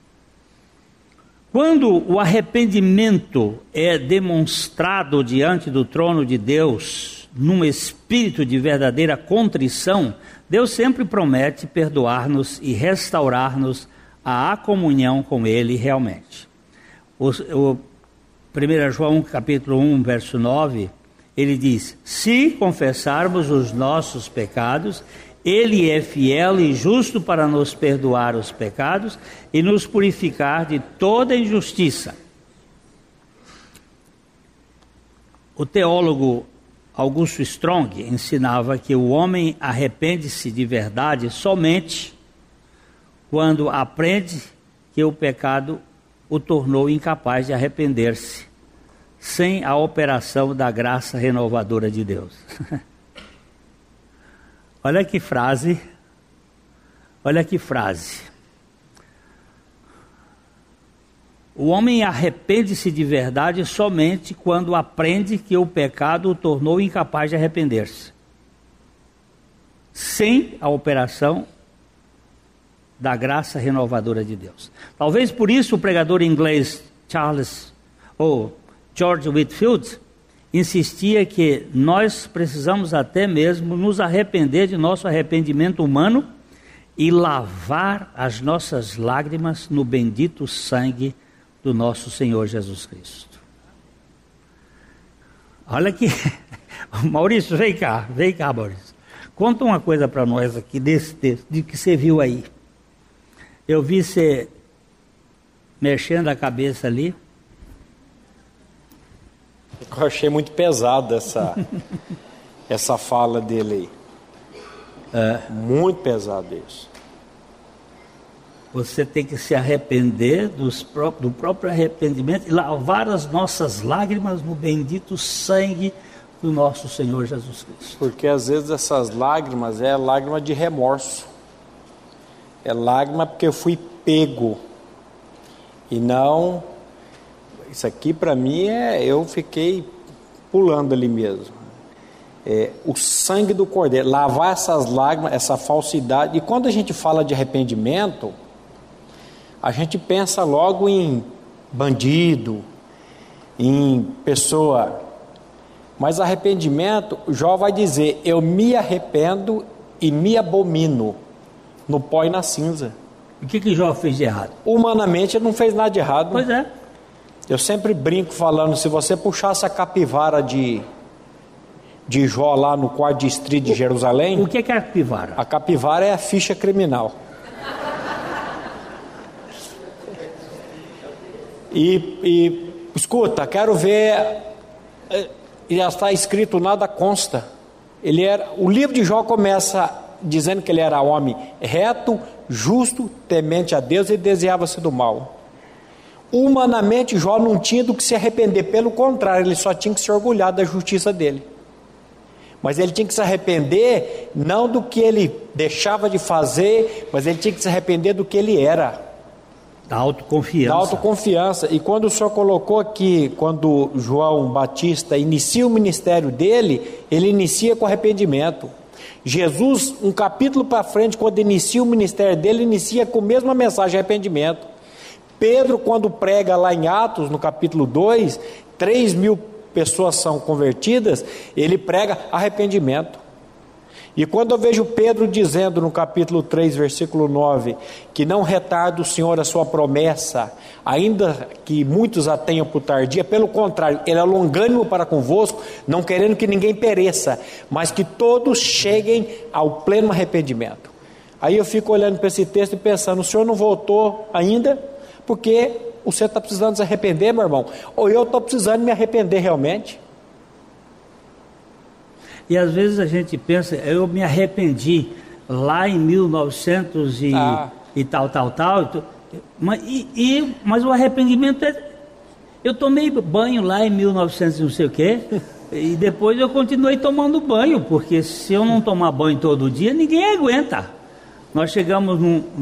Quando o arrependimento é demonstrado diante do trono de Deus, num espírito de verdadeira contrição, Deus sempre promete perdoar-nos e restaurar-nos à comunhão com Ele realmente. O 1 João capítulo 1, verso 9, ele diz: se confessarmos os nossos pecados, Ele é fiel e justo para nos perdoar os pecados e nos purificar de toda injustiça. O teólogo Augusto Strong ensinava que o homem arrepende-se de verdade somente quando aprende que o pecado o tornou incapaz de arrepender-se, sem a operação da graça renovadora de Deus. Olha que frase. O homem arrepende-se de verdade somente quando aprende que o pecado o tornou incapaz de arrepender-se, sem a operação da graça renovadora de Deus. Talvez por isso o pregador inglês George Whitefield insistia que nós precisamos até mesmo nos arrepender de nosso arrependimento humano e lavar as nossas lágrimas no bendito sangue do nosso Senhor Jesus Cristo. Olha aqui, Maurício, vem cá, Maurício. Conta uma coisa para nós aqui desse texto, de que você viu aí. Eu vi você mexendo a cabeça ali. Eu achei muito pesada essa fala dele aí. Muito pesado isso. Você tem que se arrepender do próprio arrependimento e lavar as nossas lágrimas no bendito sangue do nosso Senhor Jesus Cristo. Porque às vezes essas lágrimas é lágrima de remorso. É lágrima porque eu fui pego. E não... Isso aqui para mim eu fiquei pulando ali mesmo. O sangue do Cordeiro, lavar essas lágrimas, essa falsidade. E quando a gente fala de arrependimento, a gente pensa logo em bandido, em pessoa. Mas arrependimento, Jó vai dizer: eu me arrependo e me abomino no pó e na cinza. O que Jó fez de errado? Humanamente ele não fez nada de errado. Pois é. Eu sempre brinco falando, se você puxasse a capivara de Jó lá no quarto distrito de Jerusalém... O que é a capivara? A capivara é a ficha criminal. E escuta, quero ver... Já está escrito, nada consta. O livro de Jó começa dizendo que ele era homem reto, justo, temente a Deus e desviava-se do mal. Humanamente, Jó não tinha do que se arrepender, pelo contrário, ele só tinha que se orgulhar da justiça dele. Mas ele tinha que se arrepender, não do que ele deixava de fazer, mas ele tinha que se arrepender do que ele era. Da autoconfiança. Da autoconfiança. E quando o Senhor colocou aqui, quando João Batista inicia o ministério dele, ele inicia com arrependimento. Jesus, um capítulo para frente, quando inicia o ministério dele, inicia com a mesma mensagem, arrependimento. Pedro, quando prega lá em Atos, no capítulo 2, 3.000 pessoas são convertidas, ele prega arrependimento. E quando eu vejo Pedro dizendo no capítulo 3, versículo 9, que não retarda o Senhor a sua promessa, ainda que muitos a tenham por tardia, pelo contrário, ele é longânimo para convosco, não querendo que ninguém pereça, mas que todos cheguem ao pleno arrependimento. Aí eu fico olhando para esse texto e pensando, o Senhor não voltou ainda? Porque você está precisando se arrepender, meu irmão, ou eu estou precisando me arrepender realmente? E às vezes a gente pensa, eu me arrependi lá em 1900 e tal, mas o arrependimento é... Eu tomei banho lá em 1900 e não sei o quê, e depois eu continuei tomando banho, porque se eu não tomar banho todo dia, ninguém aguenta. Nós chegamos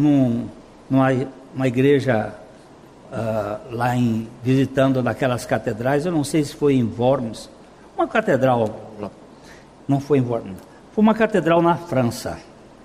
numa igreja lá visitando naquelas catedrais, eu não sei se foi em Worms, uma catedral... Não foi em Worms, foi uma catedral na França.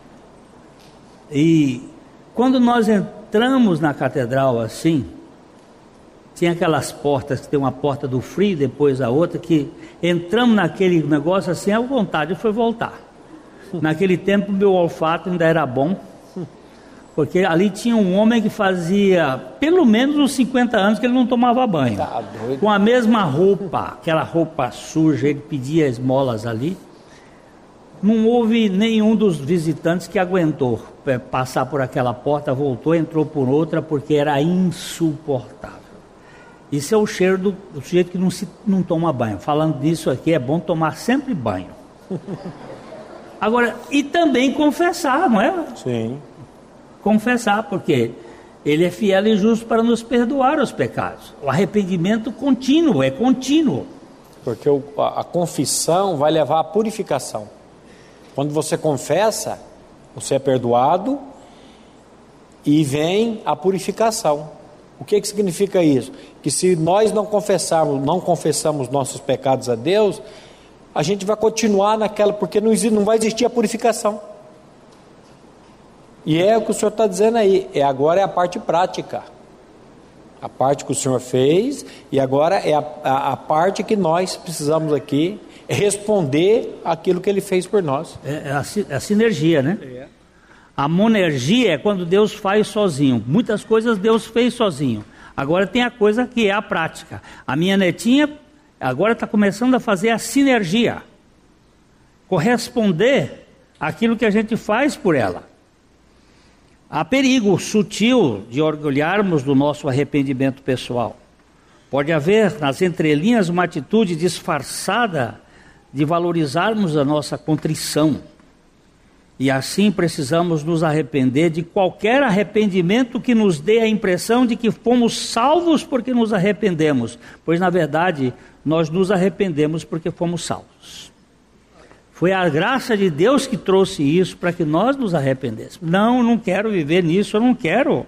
E quando nós entramos na catedral assim, tinha aquelas portas, que tem uma porta do frio, depois a outra, que entramos naquele negócio assim, a vontade foi voltar. Naquele tempo meu olfato ainda era bom, porque ali tinha um homem que fazia pelo menos uns 50 anos que ele não tomava banho. Tá doido. Com a mesma roupa, aquela roupa suja, ele pedia esmolas ali. Não houve nenhum dos visitantes que aguentou passar por aquela porta, voltou, entrou por outra, porque era insuportável. Isso é o cheiro do sujeito que não toma banho. Falando disso aqui, é bom tomar sempre banho. Agora, e também confessar, não é? Sim. Confessar, porque Ele é fiel e justo para nos perdoar os pecados. O arrependimento contínuo, é contínuo. Porque a confissão vai levar à purificação. Quando você confessa, você é perdoado e vem a purificação. O que significa isso? Que se nós não confessamos nossos pecados a Deus, a gente vai continuar naquela, porque não vai existir a purificação. E é o que o Senhor está dizendo aí, agora é a parte prática. A parte que o Senhor fez, e agora é a parte que nós precisamos aqui responder aquilo que Ele fez por nós. É a sinergia, né? A monergia é quando Deus faz sozinho. Muitas coisas Deus fez sozinho. Agora tem a coisa que é a prática. A minha netinha agora está começando a fazer a sinergia. Corresponder àquilo que a gente faz por ela. Há perigo sutil de orgulharmos do nosso arrependimento pessoal. Pode haver nas entrelinhas uma atitude disfarçada de valorizarmos a nossa contrição. E assim precisamos nos arrepender de qualquer arrependimento que nos dê a impressão de que fomos salvos porque nos arrependemos, pois na verdade nós nos arrependemos porque fomos salvos. Foi a graça de Deus que trouxe isso para que nós nos arrependêssemos. Não quero viver nisso, eu não quero.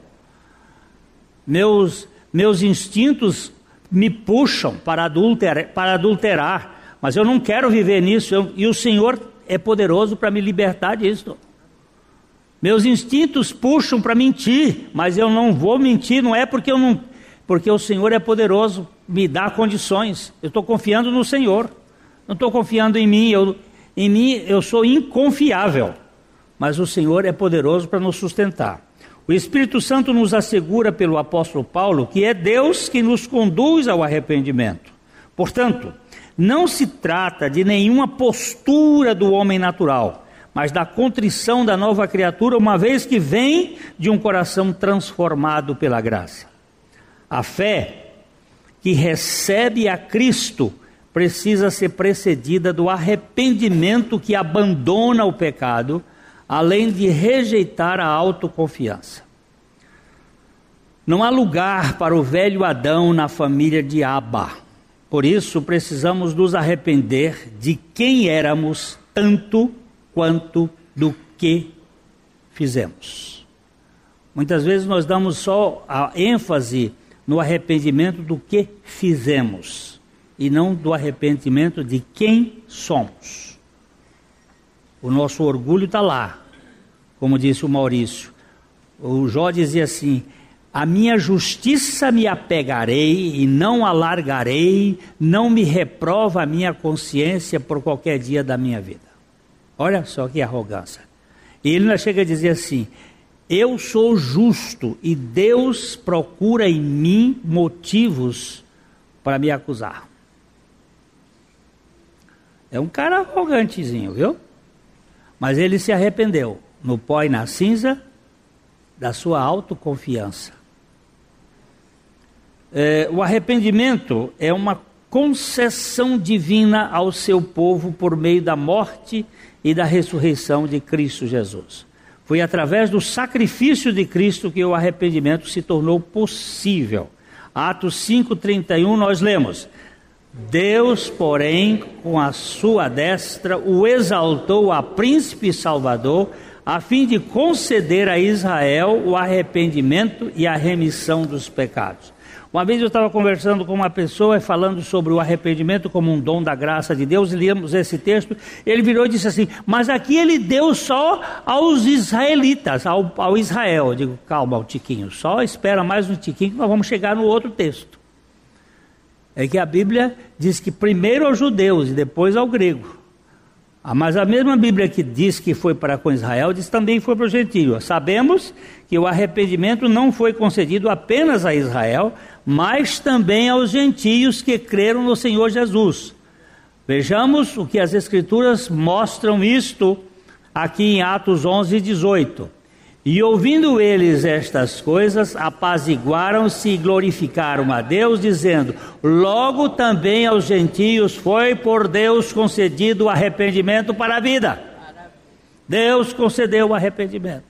Meus instintos me puxam para adulterar, mas eu não quero viver nisso, e o Senhor é poderoso para me libertar disso. Meus instintos puxam para mentir, mas eu não vou mentir, não é porque o Senhor é poderoso, me dá condições. Eu estou confiando no Senhor, não estou confiando em mim. Em mim eu sou inconfiável, mas o Senhor é poderoso para nos sustentar. O Espírito Santo nos assegura pelo apóstolo Paulo que é Deus que nos conduz ao arrependimento. Portanto, não se trata de nenhuma postura do homem natural, mas da contrição da nova criatura, uma vez que vem de um coração transformado pela graça. A fé que recebe a Cristo precisa ser precedida do arrependimento que abandona o pecado, além de rejeitar a autoconfiança. Não há lugar para o velho Adão na família de Abba. Por isso, precisamos nos arrepender de quem éramos, tanto quanto do que fizemos. Muitas vezes nós damos só a ênfase no arrependimento do que fizemos, e não do arrependimento de quem somos. O nosso orgulho está lá, como disse o Maurício. O Jó dizia assim: A minha justiça me apegarei e não alargarei, não me reprova a minha consciência por qualquer dia da minha vida. Olha só que arrogância. E ele ainda chega a dizer assim: eu sou justo e Deus procura em mim motivos para me acusar. É um cara arrogantezinho, viu? Mas ele se arrependeu no pó e na cinza da sua autoconfiança. O arrependimento é uma concessão divina ao seu povo por meio da morte e da ressurreição de Cristo Jesus. Foi através do sacrifício de Cristo que o arrependimento se tornou possível. Atos 5:31 nós lemos: Deus, porém, com a sua destra, o exaltou a príncipe e salvador, a fim de conceder a Israel o arrependimento e a remissão dos pecados. Uma vez eu estava conversando com uma pessoa falando sobre o arrependimento como um dom da graça de Deus, e líamos esse texto, ele virou e disse assim: mas aqui ele deu só aos israelitas, ao Israel. Eu digo: calma, um tiquinho, só espera mais um tiquinho que nós vamos chegar no outro texto. É que a Bíblia diz que primeiro aos judeus e depois ao grego. Mas a mesma Bíblia que diz que foi para com Israel, diz também que foi para o gentio. Sabemos que o arrependimento não foi concedido apenas a Israel, mas também aos gentios que creram no Senhor Jesus. Vejamos o que as Escrituras mostram isto aqui em Atos 11:18. E ouvindo eles estas coisas, apaziguaram-se e glorificaram a Deus, dizendo: logo também aos gentios foi por Deus concedido o arrependimento para a vida. Deus concedeu o arrependimento.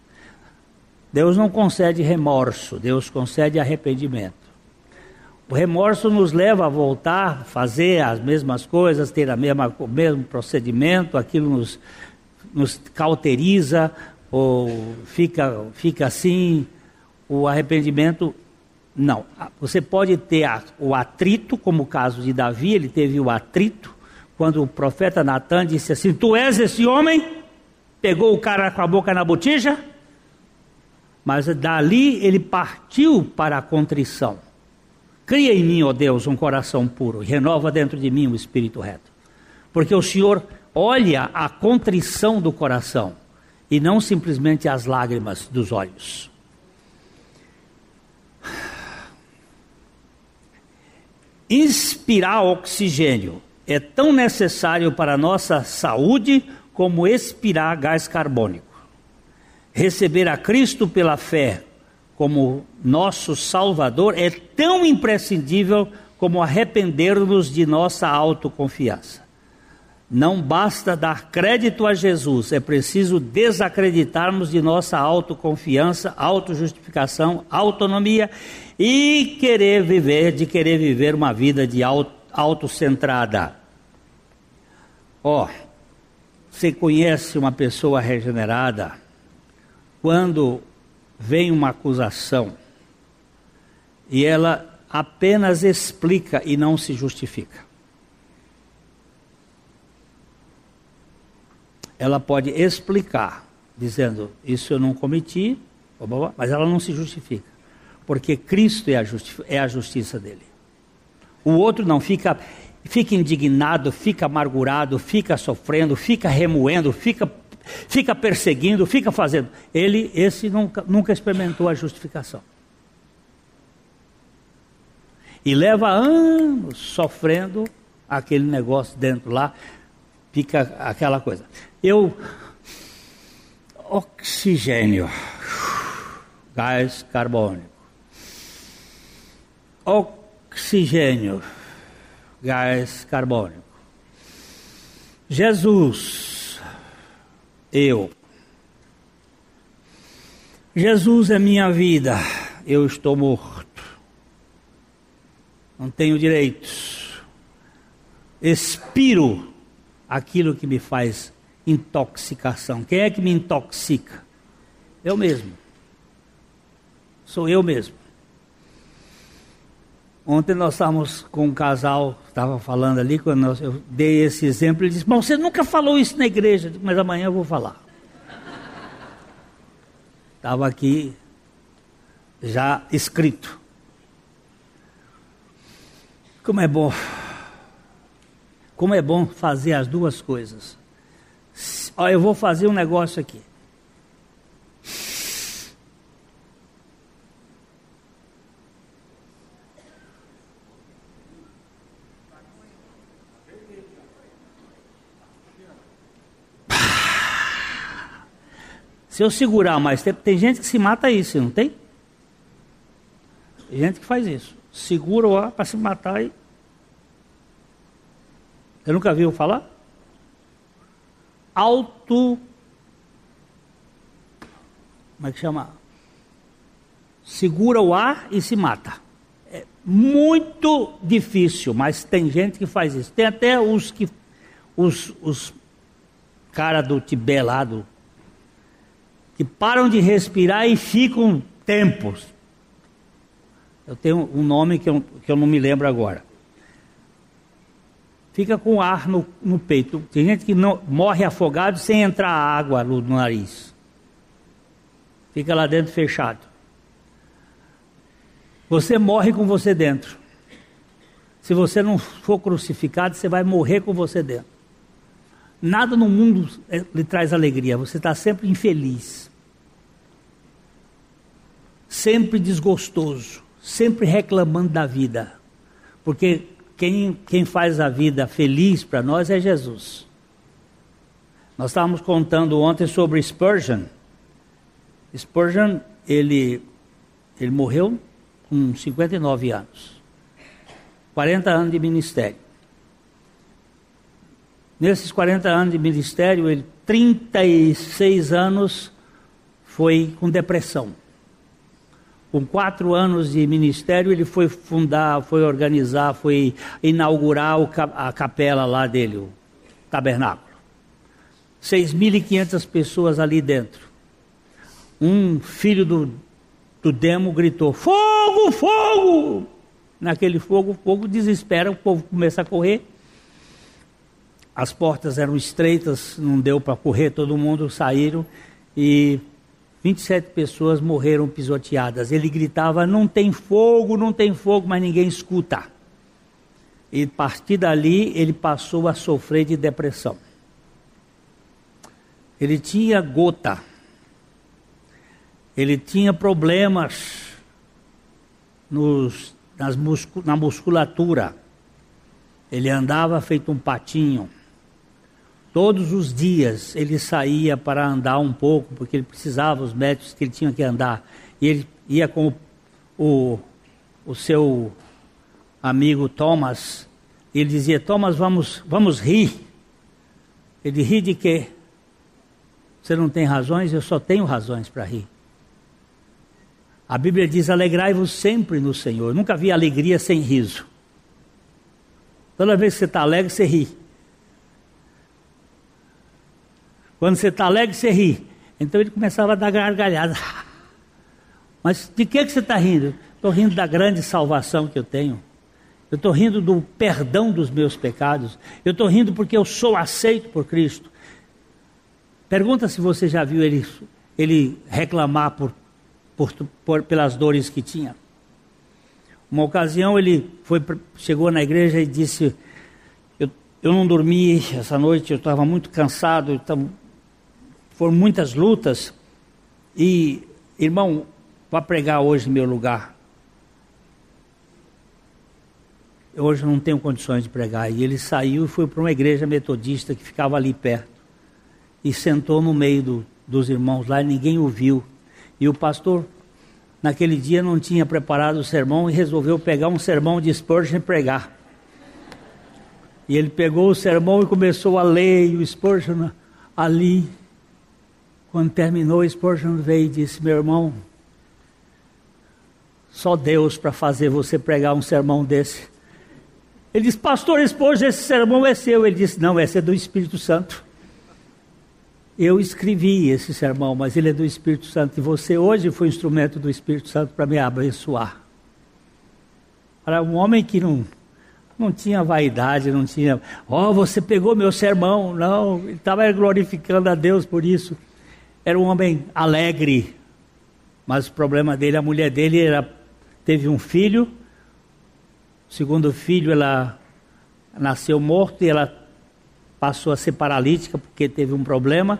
Deus não concede remorso, Deus concede arrependimento. O remorso nos leva a voltar, fazer as mesmas coisas, ter o mesmo procedimento, aquilo nos cauteriza, ou fica assim. O arrependimento, não. Você pode ter o atrito, como o caso de Davi, ele teve o atrito, quando o profeta Natan disse assim: tu és esse homem? Pegou o cara com a boca na botija, mas dali ele partiu para a contrição. Cria em mim, ó Deus, um coração puro, e renova dentro de mim um espírito reto. Porque o Senhor olha a contrição do coração, e não simplesmente as lágrimas dos olhos. Inspirar oxigênio é tão necessário para a nossa saúde como expirar gás carbônico. Receber a Cristo pela fé como nosso Salvador é tão imprescindível como arrepender-nos de nossa autoconfiança. Não basta dar crédito a Jesus, é preciso desacreditarmos de nossa autoconfiança, autojustificação, autonomia e querer viver uma vida de autocentrada. Você conhece uma pessoa regenerada quando vem uma acusação e ela apenas explica e não se justifica. Ela pode explicar, dizendo: isso eu não cometi, mas ela não se justifica, porque Cristo é a justiça dele. O outro não, fica indignado, fica amargurado, fica sofrendo, fica remoendo, fica perseguindo, fica fazendo. Esse nunca experimentou a justificação. E leva anos sofrendo aquele negócio dentro lá, fica aquela coisa. Oxigênio, gás carbônico. Oxigênio, gás carbônico. Jesus, Jesus é minha vida, eu estou morto, não tenho direitos, expiro aquilo que me faz intoxicação. Quem é que me intoxica? Eu mesmo. Sou eu mesmo. Ontem nós estávamos com um casal, estava falando ali, quando eu dei esse exemplo, ele disse: mas você nunca falou isso na igreja. Mas amanhã eu vou falar. Estava aqui já escrito. Como é bom fazer as duas coisas. Ó, eu vou fazer um negócio aqui. Se eu segurar mais tempo, tem gente que se mata isso, não tem? Tem gente que faz isso. Segura o ar para se matar e... Você nunca viu falar? Como é que chama? Segura o ar e se mata. É muito difícil, mas tem gente que faz isso. Tem até os caras do Tibete lá, que param de respirar e ficam tempos. Eu tenho um nome que eu não me lembro agora. Fica com ar no peito. Tem gente que morre afogado sem entrar água no nariz. Fica lá dentro fechado. Você morre com você dentro. Se você não for crucificado, você vai morrer com você dentro. Nada no mundo lhe traz alegria. Você está sempre infeliz. Sempre desgostoso. Sempre reclamando da vida. Porque quem faz a vida feliz para nós é Jesus. Nós estávamos contando ontem sobre Spurgeon. Spurgeon, ele morreu com 59 anos. 40 anos de ministério. Nesses 40 anos de ministério, 36 anos foi com depressão. Com 4 anos de ministério, ele foi fundar, foi organizar, foi inaugurar a capela lá dele, o tabernáculo. 6.500 pessoas ali dentro. Um filho do demo gritou, fogo, fogo! Naquele fogo, o fogo desespera, o povo começa a correr. As portas eram estreitas, não deu para correr, todo mundo saíram e 27 pessoas morreram pisoteadas. Ele gritava, não tem fogo, mas ninguém escuta. E a partir dali, ele passou a sofrer de depressão. Ele tinha gota. Ele tinha problemas na musculatura. Ele andava feito um patinho. Todos os dias ele saía para andar um pouco, porque ele precisava, os médicos que ele tinha que andar. E ele ia com o seu amigo Thomas, e ele dizia, Thomas, vamos rir. Ele ri de quê? Você não tem razões? Eu só tenho razões para rir. A Bíblia diz, alegrai-vos sempre no Senhor. Eu nunca vi alegria sem riso. Toda vez que você está alegre, você ri. Quando você está alegre, você ri. Então ele começava a dar gargalhada. Mas de que você está rindo? Estou rindo da grande salvação que eu tenho. Eu estou rindo do perdão dos meus pecados. Eu estou rindo porque eu sou aceito por Cristo. Pergunta se você já viu ele reclamar pelas dores que tinha. Uma ocasião ele chegou na igreja e disse, eu não dormi essa noite, eu estava muito cansado, foram muitas lutas, e irmão, vá pregar hoje em meu lugar. Eu hoje não tenho condições de pregar. E ele saiu e foi para uma igreja metodista que ficava ali perto, e sentou no meio dos irmãos lá, e ninguém o viu. E o pastor, naquele dia, não tinha preparado o sermão e resolveu pegar um sermão de Spurgeon e pregar. E ele pegou o sermão e começou a ler, e o Spurgeon ali. Quando terminou, o Spurgeon veio e disse, meu irmão, só Deus para fazer você pregar um sermão desse. Ele disse, pastor Spurgeon, esse sermão é seu. Ele disse, não, esse é do Espírito Santo. Eu escrevi esse sermão, mas ele é do Espírito Santo. E você hoje foi instrumento do Espírito Santo para me abençoar. Para um homem que não tinha vaidade, não tinha... você pegou meu sermão. Não, ele estava glorificando a Deus por isso. Era um homem alegre. Mas o problema dele, a mulher dele teve um filho. O segundo filho, ela nasceu morto e ela passou a ser paralítica porque teve um problema.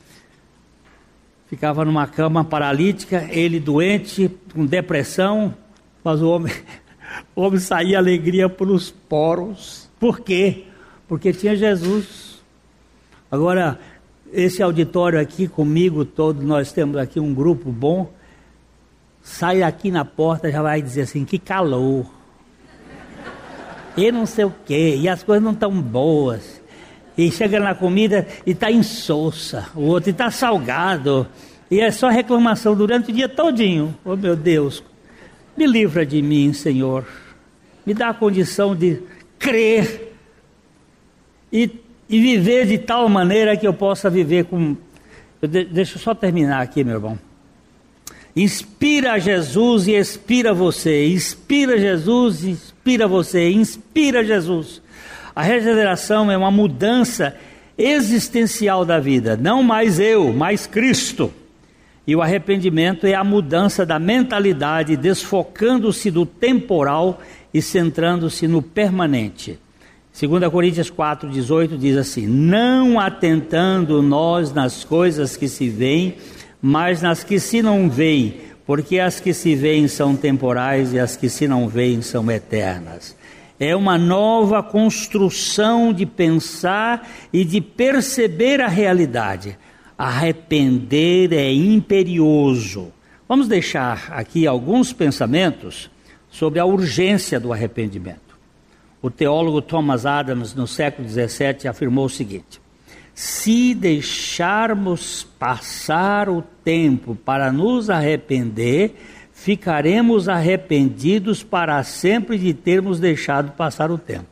Ficava numa cama paralítica, ele doente, com depressão, mas o homem saía alegria pelos poros. Por quê? Porque tinha Jesus. Agora, esse auditório aqui comigo, todos nós temos aqui um grupo bom, sai aqui na porta, já vai dizer assim, que calor. E não sei o quê, e as coisas não estão boas. E chega na comida e está insossa, o outro está salgado, e é só reclamação durante o dia todinho. Oh meu Deus, me livra de mim, Senhor, me dá a condição de crer e viver de tal maneira que eu possa viver com... Deixa eu só terminar aqui, meu irmão. Inspira Jesus e expira você, inspira Jesus e inspira você, inspira Jesus. A regeneração é uma mudança existencial da vida, não mais eu, mais Cristo. E o arrependimento é a mudança da mentalidade, desfocando-se do temporal e centrando-se no permanente. 2 Coríntios 4,18 diz assim: não atentando nós nas coisas que se veem, mas nas que se não veem, porque as que se veem são temporais e as que se não veem são eternas. É uma nova construção de pensar e de perceber a realidade. Arrepender é imperioso. Vamos deixar aqui alguns pensamentos sobre a urgência do arrependimento. O teólogo Thomas Adams, no século XVII, afirmou o seguinte: se deixarmos passar o tempo para nos arrepender, ficaremos arrependidos para sempre de termos deixado passar o tempo.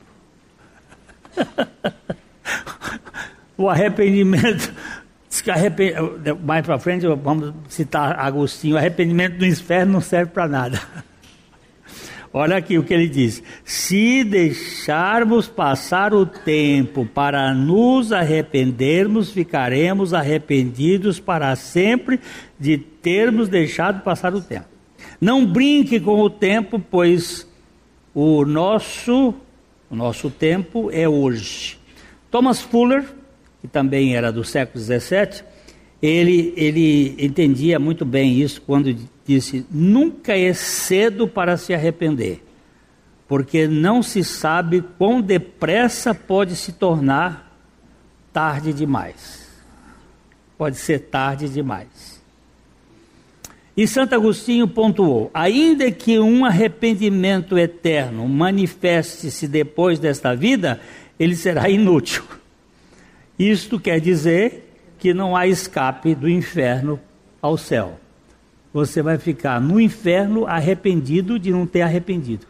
O arrependimento, mais para frente vamos citar Agostinho, o arrependimento do inferno não serve para nada. Olha aqui o que ele diz: se deixarmos passar o tempo para nos arrependermos, ficaremos arrependidos para sempre de termos deixado passar o tempo. Não brinque com o tempo, pois o nosso tempo é hoje. Thomas Fuller, que também era do século XVII, ele entendia muito bem isso quando disse: nunca é cedo para se arrepender, porque não se sabe quão depressa pode se tornar tarde demais. Pode ser tarde demais. E Santo Agostinho pontuou: ainda que um arrependimento eterno manifeste-se depois desta vida, ele será inútil. Isto quer dizer que não há escape do inferno ao céu. Você vai ficar no inferno arrependido de não ter arrependido.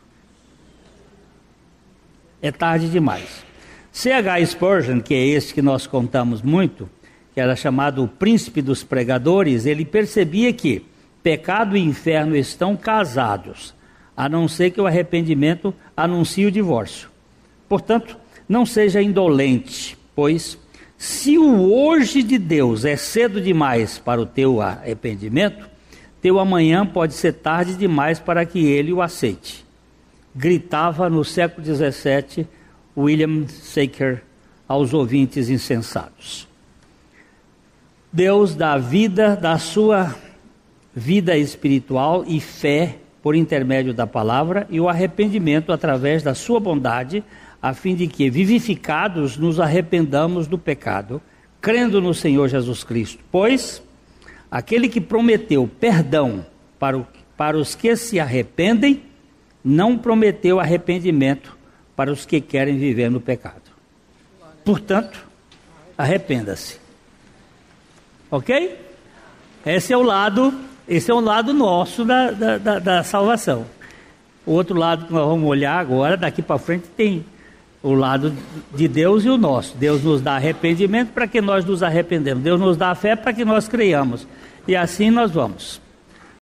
É tarde demais. C.H. Spurgeon, que é esse que nós contamos muito, que era chamado o príncipe dos pregadores, ele percebia que pecado e inferno estão casados, a não ser que o arrependimento anuncie o divórcio. Portanto, não seja indolente, pois se o hoje de Deus é cedo demais para o teu arrependimento, teu amanhã pode ser tarde demais para que ele o aceite. Gritava no século XVII William Shaker aos ouvintes insensatos. Deus dá vida da sua vida espiritual e fé por intermédio da palavra e o arrependimento através da sua bondade, a fim de que, vivificados, nos arrependamos do pecado, crendo no Senhor Jesus Cristo. Pois aquele que prometeu perdão para os que se arrependem, não prometeu arrependimento para os que querem viver no pecado. Portanto, arrependa-se. Ok? Esse é o lado nosso da salvação. O outro lado que nós vamos olhar agora, daqui para frente, tem o lado de Deus e o nosso. Deus nos dá arrependimento para que nós nos arrependemos. Deus nos dá a fé para que nós creiamos. E assim nós vamos.